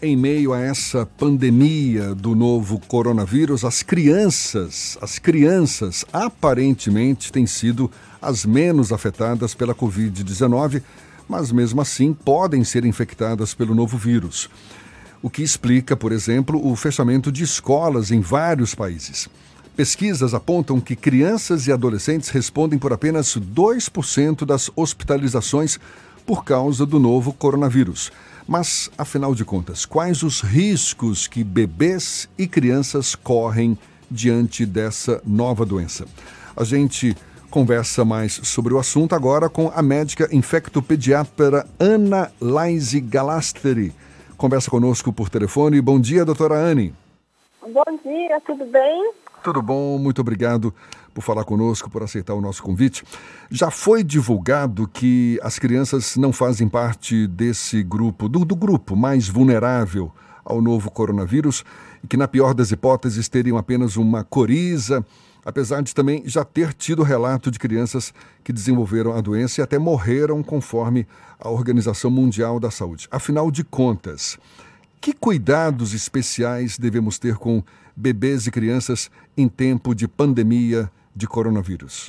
Em meio a essa pandemia do novo coronavírus, as crianças aparentemente têm sido as menos afetadas pela Covid-19, mas mesmo assim podem ser infectadas pelo novo vírus. O que explica, por exemplo, o fechamento de escolas em vários países. Pesquisas apontam que crianças e adolescentes respondem por apenas 2% das hospitalizações por causa do novo coronavírus. Mas, afinal de contas, quais os riscos que bebês e crianças correm diante dessa nova doença? A gente conversa mais sobre o assunto agora com a médica infectopediatra Ana Laise Galasteri. Conversa conosco por telefone. Bom dia, doutora Anne. Bom dia, tudo bem? Tudo bom, muito obrigado por falar conosco, por aceitar o nosso convite. Já foi divulgado que as crianças não fazem parte desse grupo, do grupo mais vulnerável ao novo coronavírus e que, na pior das hipóteses, teriam apenas uma coriza, apesar de também já ter tido relato de crianças que desenvolveram a doença e até morreram, conforme a Organização Mundial da Saúde. Afinal de contas, que cuidados especiais devemos ter com bebês e crianças em tempo de pandemia de coronavírus?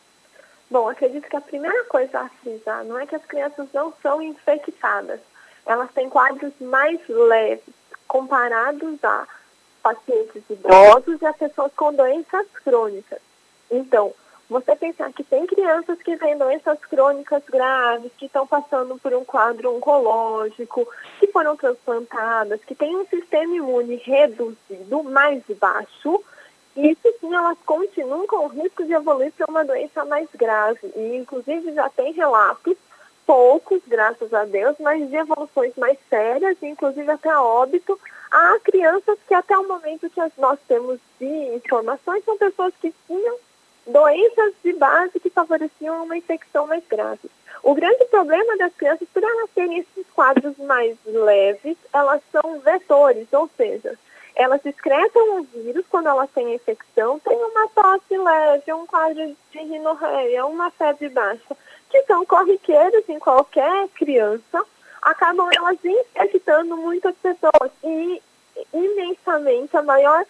Bom, acredito que a primeira coisa a frisar não é que as crianças não são infectadas. Elas têm quadros mais leves comparados a pacientes idosos e a pessoas com doenças crônicas. Então, você pensar que tem crianças que têm doenças crônicas graves, que estão passando por um quadro oncológico, que foram transplantadas, que têm um sistema imune reduzido, mais baixo, e isso sim, elas continuam com o risco de evoluir para uma doença mais grave. E, inclusive, já tem relatos, poucos, graças a Deus, mas de evoluções mais sérias, inclusive até óbito. Há crianças que até o momento que nós temos de informações são pessoas que tinham doenças de base que favoreciam uma infecção mais grave. O grande problema das crianças, por elas terem esses quadros mais leves, elas são vetores, ou seja, elas excretam o vírus quando elas têm a infecção, tem uma tosse leve, um quadro de rinorreia, uma febre baixa, que são corriqueiros em qualquer criança, acabam elas infectando muitas pessoas e imensamente a maior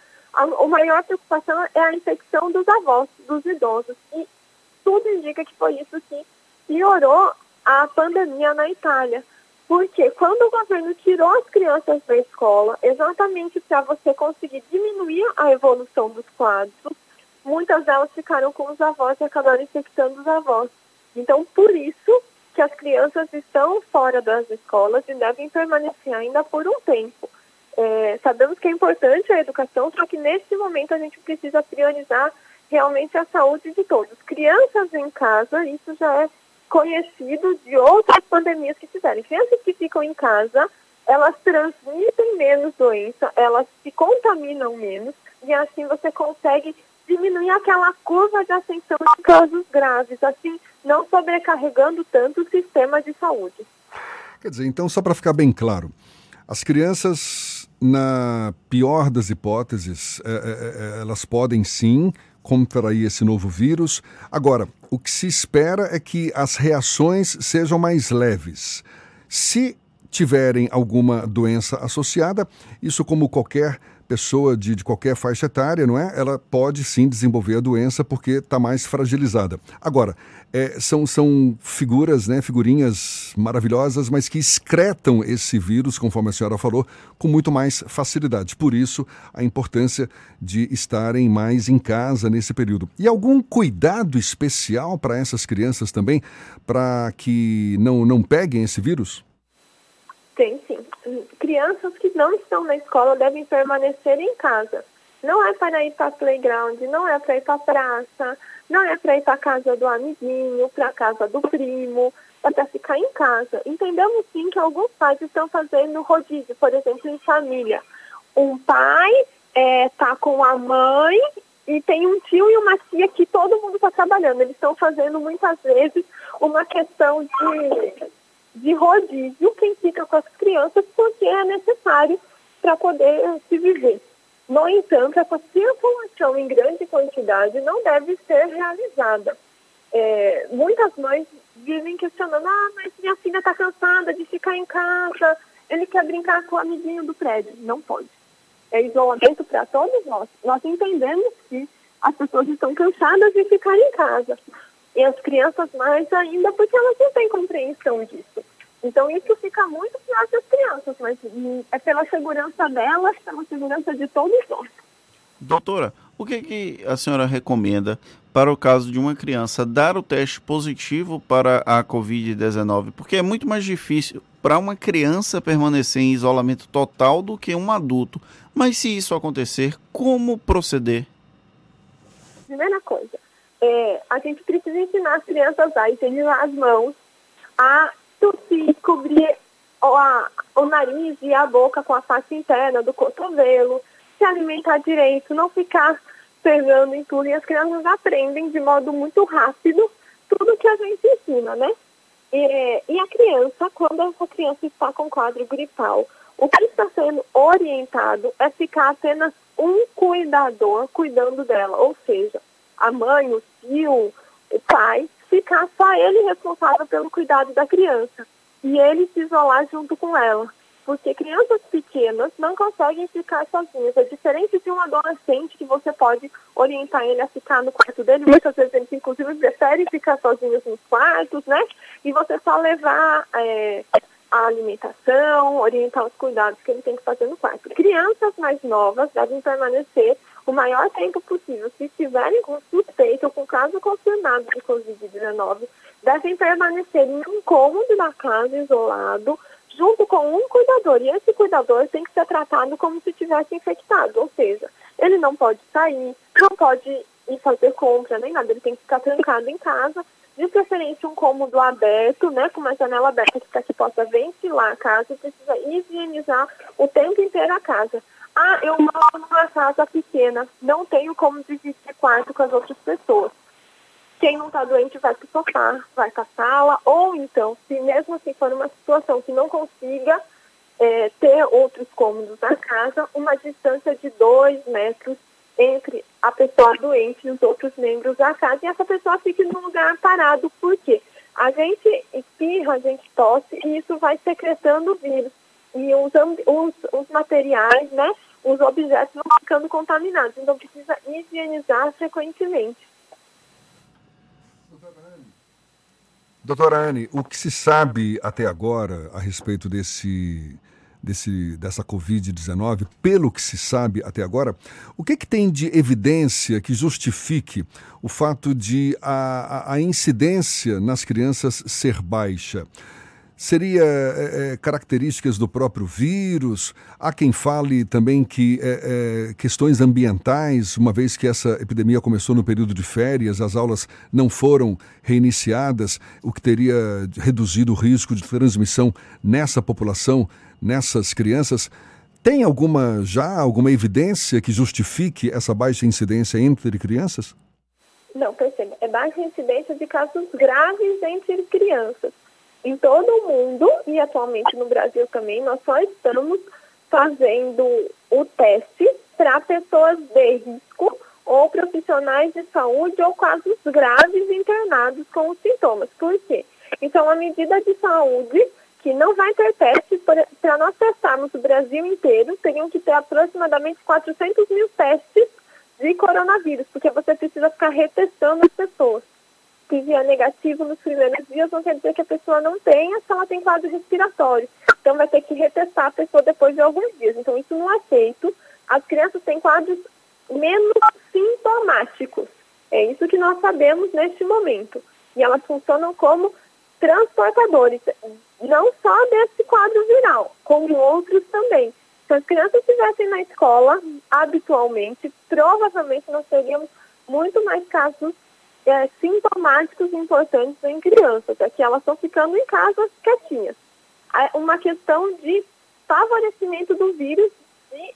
preocupação é a infecção dos avós, dos idosos. E tudo indica que foi isso que piorou a pandemia na Itália. Porque quando o governo tirou as crianças da escola, exatamente para você conseguir diminuir a evolução dos quadros, muitas delas ficaram com os avós e acabaram infectando os avós. Então, por isso que as crianças estão fora das escolas e devem permanecer ainda por um tempo. Sabemos que é importante a educação, só que nesse momento a gente precisa priorizar realmente a saúde de todos. Crianças em casa, isso já é conhecido de outras pandemias que fizeram. Crianças que ficam em casa, elas transmitem menos doença, elas se contaminam menos e assim você consegue diminuir aquela curva de ascensão de casos graves, assim, não sobrecarregando tanto o sistema de saúde. Quer dizer, então, só para ficar bem claro, as crianças, na pior das hipóteses, elas podem sim contrair esse novo vírus. Agora, o que se espera é que as reações sejam mais leves. Se tiverem alguma doença associada, isso, como qualquer pessoa de qualquer faixa etária, não é? Ela pode sim desenvolver a doença porque está mais fragilizada. Agora, são figuras, né, figurinhas maravilhosas, mas que excretam esse vírus, conforme a senhora falou, com muito mais facilidade. Por isso, a importância de estarem mais em casa nesse período. E algum cuidado especial para essas crianças também, para que não peguem esse vírus? Tem sim. Crianças que não estão na escola devem permanecer em casa. Não é para ir para playground, não é para ir para praça, não é para ir para a casa do amiguinho, para a casa do primo, é para ficar em casa. Entendemos sim que alguns pais estão fazendo rodízio, por exemplo, em família. Um pai está com a mãe e tem um tio e uma tia que todo mundo está trabalhando. Eles estão fazendo muitas vezes uma questão de rodízio, quem fica com as crianças, porque é necessário para poder se viver. No entanto, essa circulação em grande quantidade não deve ser realizada. Muitas mães vivem questionando, mas minha filha está cansada de ficar em casa, ele quer brincar com o amiguinho do prédio. Não pode. É isolamento para todos nós. Nós entendemos que as pessoas estão cansadas de ficar em casa. E as crianças mais ainda, porque elas não têm compreensão disso. Então, isso fica muito pior para as crianças, mas é pela segurança delas, pela segurança de todos nós. Doutora, o que a senhora recomenda para o caso de uma criança dar o teste positivo para a Covid-19? Porque é muito mais difícil para uma criança permanecer em isolamento total do que um adulto. Mas se isso acontecer, como proceder? Primeira coisa, a gente precisa ensinar as crianças a higienizar as mãos, a tossir, cobrir o nariz e a boca com a face interna do cotovelo, se alimentar direito, não ficar pegando em tudo. E as crianças aprendem de modo muito rápido tudo que a gente ensina, né? E a criança, quando essa criança está com quadro gripal, o que está sendo orientado é ficar apenas um cuidador cuidando dela, ou seja, a mãe, o tio, o pai, ficar só ele responsável pelo cuidado da criança e ele se isolar junto com ela, porque crianças pequenas não conseguem ficar sozinhas. É diferente de um adolescente que você pode orientar ele a ficar no quarto dele, muitas vezes eles inclusive preferem ficar sozinhos nos quartos, né? E você só levar a alimentação, orientar os cuidados que ele tem que fazer no quarto. Crianças mais novas devem permanecer o maior tempo possível. Se estiverem com suspeita ou com caso confirmado de Covid-19, devem permanecer em um cômodo da casa, isolado, junto com um cuidador. E esse cuidador tem que ser tratado como se tivesse infectado, ou seja, ele não pode sair, não pode ir fazer compra, nem nada, ele tem que ficar trancado em casa, de preferência um cômodo aberto, né, com uma janela aberta para que possa ventilar a casa e precisa higienizar o tempo inteiro a casa. Ah, eu moro numa casa pequena, não tenho como dividir quarto com as outras pessoas. Quem não está doente vai para o sofá, vai para a sala, ou então, se mesmo assim for uma situação que não consiga ter outros cômodos na casa, uma distância de 2 metros entre a pessoa doente e os outros membros da casa, e essa pessoa fique num lugar parado. Por quê? A gente espirra, a gente tosse, e isso vai secretando o vírus. E os materiais, né, os objetos vão ficando contaminados. Então, precisa higienizar frequentemente. Doutora Anne, o que se sabe até agora a respeito dessa Covid-19, pelo que se sabe até agora, o que tem de evidência que justifique o fato de a incidência nas crianças ser baixa? Seria características do próprio vírus? Há quem fale também que questões ambientais, uma vez que essa epidemia começou no período de férias, as aulas não foram reiniciadas, o que teria reduzido o risco de transmissão nessa população, nessas crianças. Tem alguma evidência que justifique essa baixa incidência entre crianças? Não, perceba, é baixa incidência de casos graves entre crianças. Em todo o mundo, e atualmente no Brasil também, nós só estamos fazendo o teste para pessoas de risco ou profissionais de saúde ou casos graves internados com os sintomas. Por quê? Então, a medida de saúde, que não vai ter testes, para nós testarmos o Brasil inteiro, teriam que ter aproximadamente 400 mil testes de coronavírus, porque você precisa ficar retestando as pessoas. Se vier negativo nos primeiros dias, não quer dizer que a pessoa não tenha, se ela tem quadro respiratório. Então, vai ter que retestar a pessoa depois de alguns dias. Então, isso não é feito. As crianças têm quadros menos sintomáticos. É isso que nós sabemos neste momento. E elas funcionam como transportadores, não só desse quadro viral, como outros também. Se as crianças estivessem na escola, habitualmente, provavelmente nós teríamos muito mais casos sintomáticos importantes em crianças, é que elas estão ficando em casa quietinhas. É uma questão de favorecimento do vírus de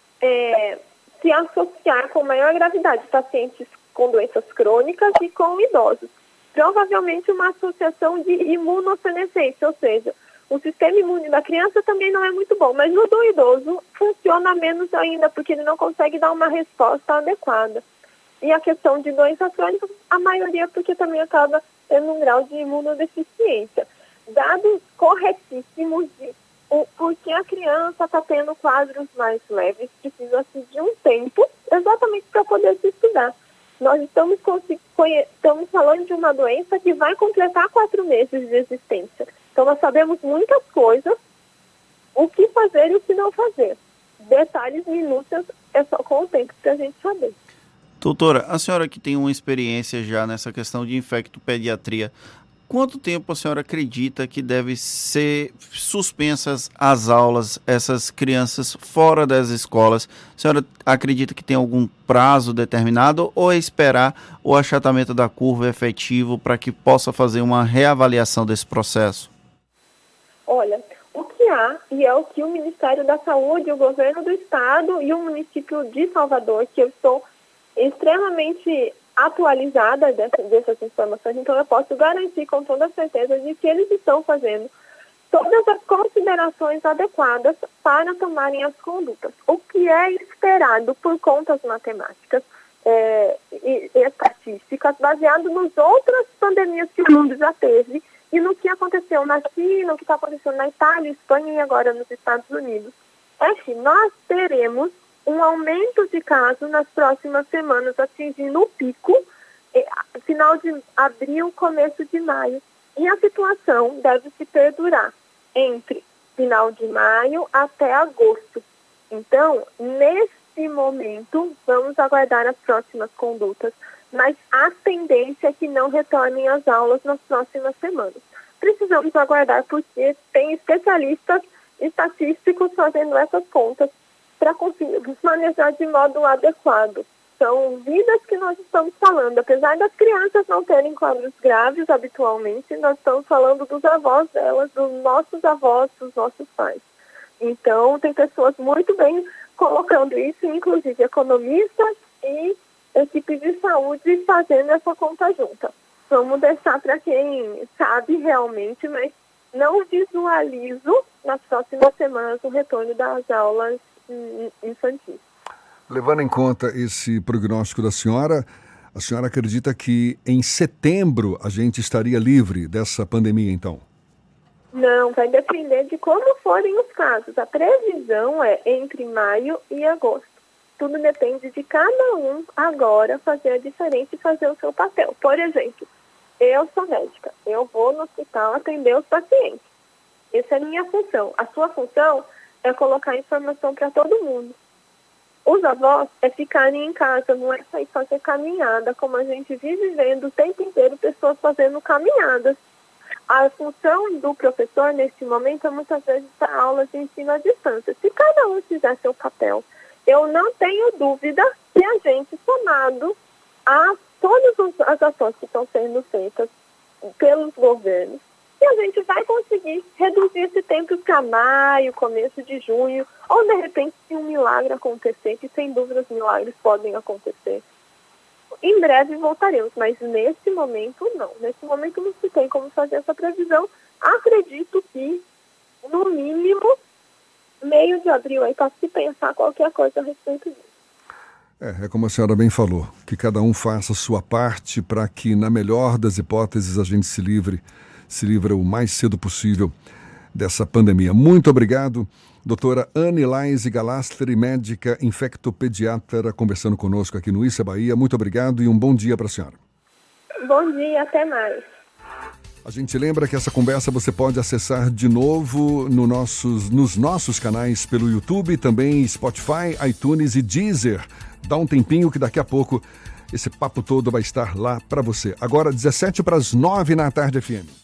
se associar com maior gravidade pacientes com doenças crônicas e com idosos. Provavelmente uma associação de imunossenescência, ou seja, o sistema imune da criança também não é muito bom, mas no do idoso funciona menos ainda, porque ele não consegue dar uma resposta adequada. E a questão de doenças crônicas, a maioria porque também acaba tendo um grau de imunodeficiência. Dados corretíssimos de Porque a criança está tendo quadros mais leves, precisa-se de um tempo exatamente para poder se estudar. Nós estamos falando de uma doença que vai completar 4 meses de existência. Então, nós sabemos muitas coisas, o que fazer e o que não fazer. Detalhes minúcios é só com o tempo para a gente saber. Doutora, a senhora que tem uma experiência já nessa questão de infectopediatria, quanto tempo a senhora acredita que deve ser suspensas as aulas, essas crianças fora das escolas? A senhora acredita que tem algum prazo determinado ou é esperar o achatamento da curva efetivo para que possa fazer uma reavaliação desse processo? Olha, o que há, e é o que o Ministério da Saúde, o governo do estado e o município de Salvador, que eu estou extremamente atualizada dessas informações, então eu posso garantir com toda certeza de que eles estão fazendo todas as considerações adequadas para tomarem as condutas. O que é esperado por contas matemáticas e estatísticas, baseado nas outras pandemias que o mundo já teve e no que aconteceu na China, o que está acontecendo na Itália, Espanha e agora nos Estados Unidos, é que nós teremos um aumento de casos nas próximas semanas, atingindo o pico, final de abril, começo de maio. E a situação deve se perdurar entre final de maio até agosto. Então, nesse momento, vamos aguardar as próximas condutas, mas a tendência é que não retornem às aulas nas próximas semanas. Precisamos aguardar porque tem especialistas estatísticos fazendo essas contas para conseguir manejar de modo adequado. São vidas que nós estamos falando. Apesar das crianças não terem quadros graves habitualmente, nós estamos falando dos avós delas, dos nossos avós, dos nossos pais. Então, tem pessoas muito bem colocando isso, inclusive economistas e equipes de saúde fazendo essa conta junta. Vamos deixar para quem sabe realmente, mas não visualizo nas próximas semanas o retorno das aulas infantis. Levando em conta esse prognóstico da senhora, a senhora acredita que em setembro a gente estaria livre dessa pandemia, então? Não, vai depender de como forem os casos. A previsão é entre maio e agosto. Tudo depende de cada um agora fazer a diferença e fazer o seu papel. Por exemplo, eu sou médica, eu vou no hospital atender os pacientes. Essa é a minha função. A sua função é colocar informação para todo mundo. Os avós é ficarem em casa, não é sair fazer caminhada, como a gente vive vendo o tempo inteiro pessoas fazendo caminhadas. A função do professor, nesse momento, é muitas vezes dar aulas de ensino à distância. Se cada um fizer seu papel, eu não tenho dúvida que a gente, somado a todas as ações que estão sendo feitas pelos governos, e a gente vai conseguir reduzir esse tempo para maio, começo de junho, ou de repente se um milagre acontecer, que sem dúvida os milagres podem acontecer. Em breve voltaremos, mas nesse momento não. Nesse momento não se tem como fazer essa previsão. Acredito que, no mínimo, meio de abril aí para se pensar qualquer coisa a respeito disso. É como a senhora bem falou, que cada um faça a sua parte para que, na melhor das hipóteses, a gente se livre o mais cedo possível dessa pandemia. Muito obrigado, doutora Anne Laise Galastri, médica infectopediatra, conversando conosco aqui no Issa Bahia. Muito obrigado e um bom dia para a senhora. Bom dia, até mais. A gente lembra que essa conversa você pode acessar de novo nos nossos canais pelo YouTube, também Spotify, iTunes e Deezer. Dá um tempinho que daqui a pouco esse papo todo vai estar lá para você. Agora 7:17 na Tarde FM.